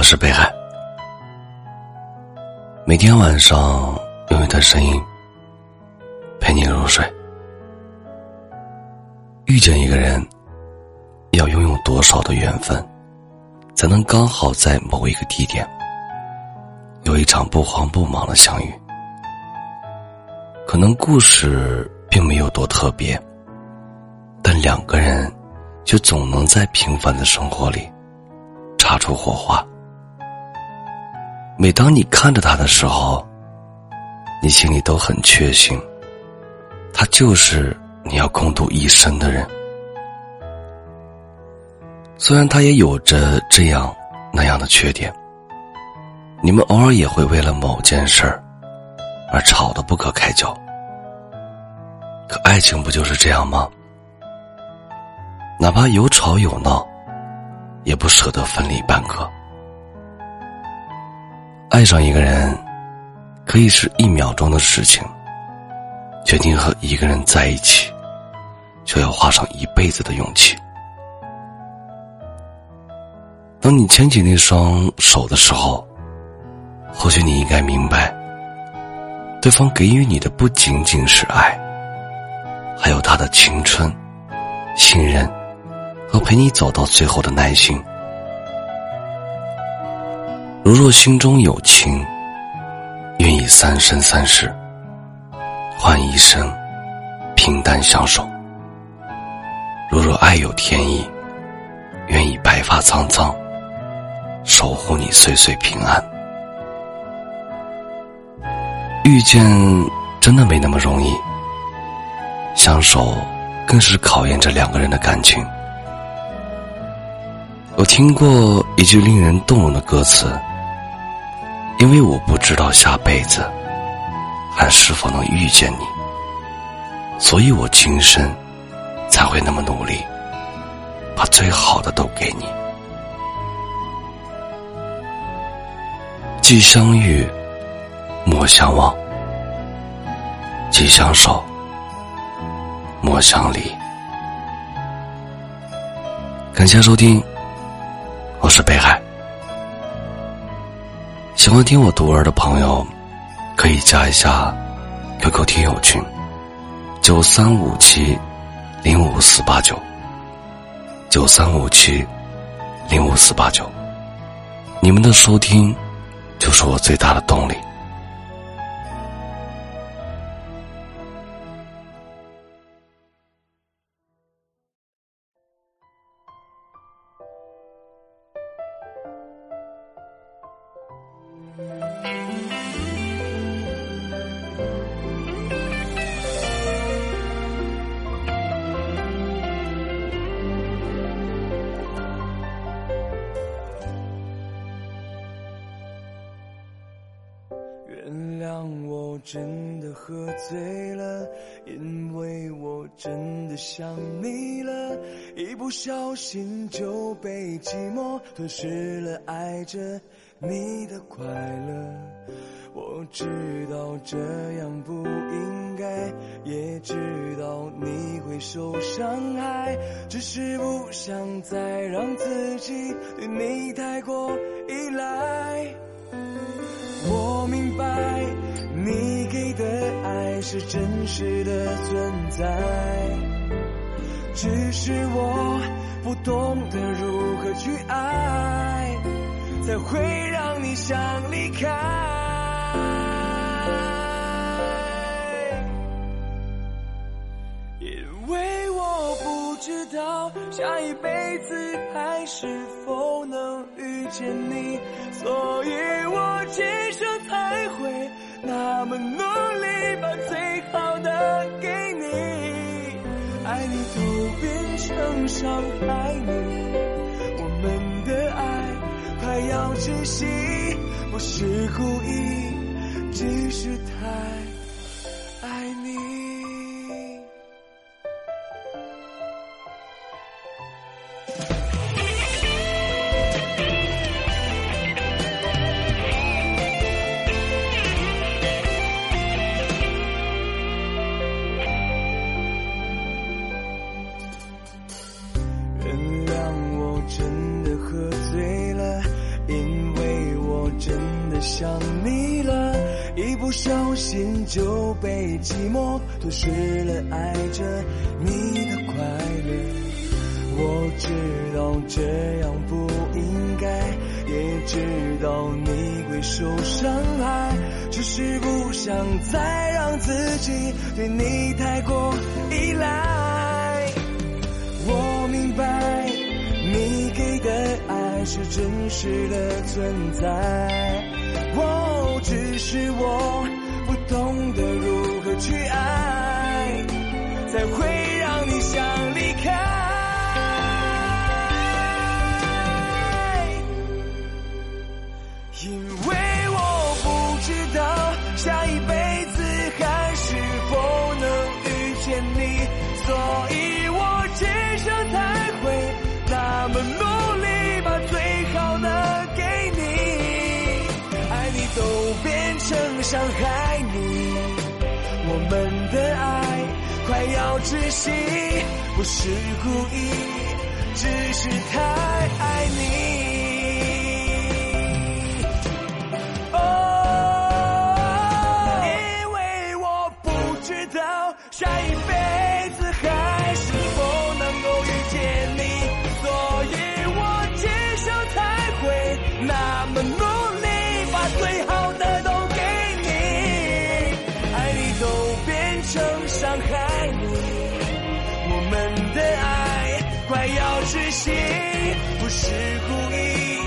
我是北海。每天晚上用一段声音陪你入睡。遇见一个人，要拥有多少的缘分，才能刚好在某一个地点有一场不慌不忙的相遇？可能故事并没有多特别，但两个人却总能在平凡的生活里擦出火花。每当你看着他的时候，你心里都很确信，他就是你要共度一生的人。虽然他也有着这样那样的缺点，你们偶尔也会为了某件事儿而吵得不可开交，可爱情不就是这样吗？哪怕有吵有闹，也不舍得分离半刻。爱上一个人可以是1秒钟的事情，决定和一个人在一起却要花上一辈子的勇气。当你牵起那双手的时候，或许你应该明白，对方给予你的不仅仅是爱，还有他的青春、信任和陪你走到最后的耐心。如若心中有情，愿意3生3世换一生平淡相守。如若爱有天意，愿意白发苍苍守护你岁岁平安。遇见真的没那么容易，相守更是考验着两个人的感情。我听过一句令人动容的歌词，因为我不知道下辈子还是否能遇见你，所以我今生才会那么努力，把最好的都给你。既相遇莫相忘，既相守莫相离。感谢收听，我是北海。喜欢听我读文的朋友可以加一下 QQ 听友群9357-05489 9357-05489，你们的收听就是我最大的动力。 原谅我真的喝醉了，因为我真的想你了，一不小心就被寂寞吞噬了爱着你的快乐。我知道这样不应该，也知道你会受伤害，只是不想再让自己对你太过依赖。我明白你给的爱是真实的存在，只是我不懂得如何去爱，才会让你想离开。因为我不知道下一辈子还是否能遇见你，所以我今生才会那么努力，把最好的给你。爱你都变成伤害你，我们的爱快要窒息，不是故意，只是太爱你。真的喝醉了，因为小心就被寂寞吞噬了爱着你的快乐。我知道这样不应该，也知道你会受伤害，只是不想再让自己对你太过依赖。我明白你给的爱是真实的存在，只是我不懂得如何去爱，才会让你想离开。因为我不知道下一辈子还是否能遇见你，所以我今生才会那么努力把最好的给你，爱你都变成伤害你，我们的爱快要窒息，不是故意，只是太爱你。下一辈子还是否能够遇见你，所以我今生才会那么努力把最好的都给你，爱你都变成伤害你，我们的爱快要窒息，不是故意，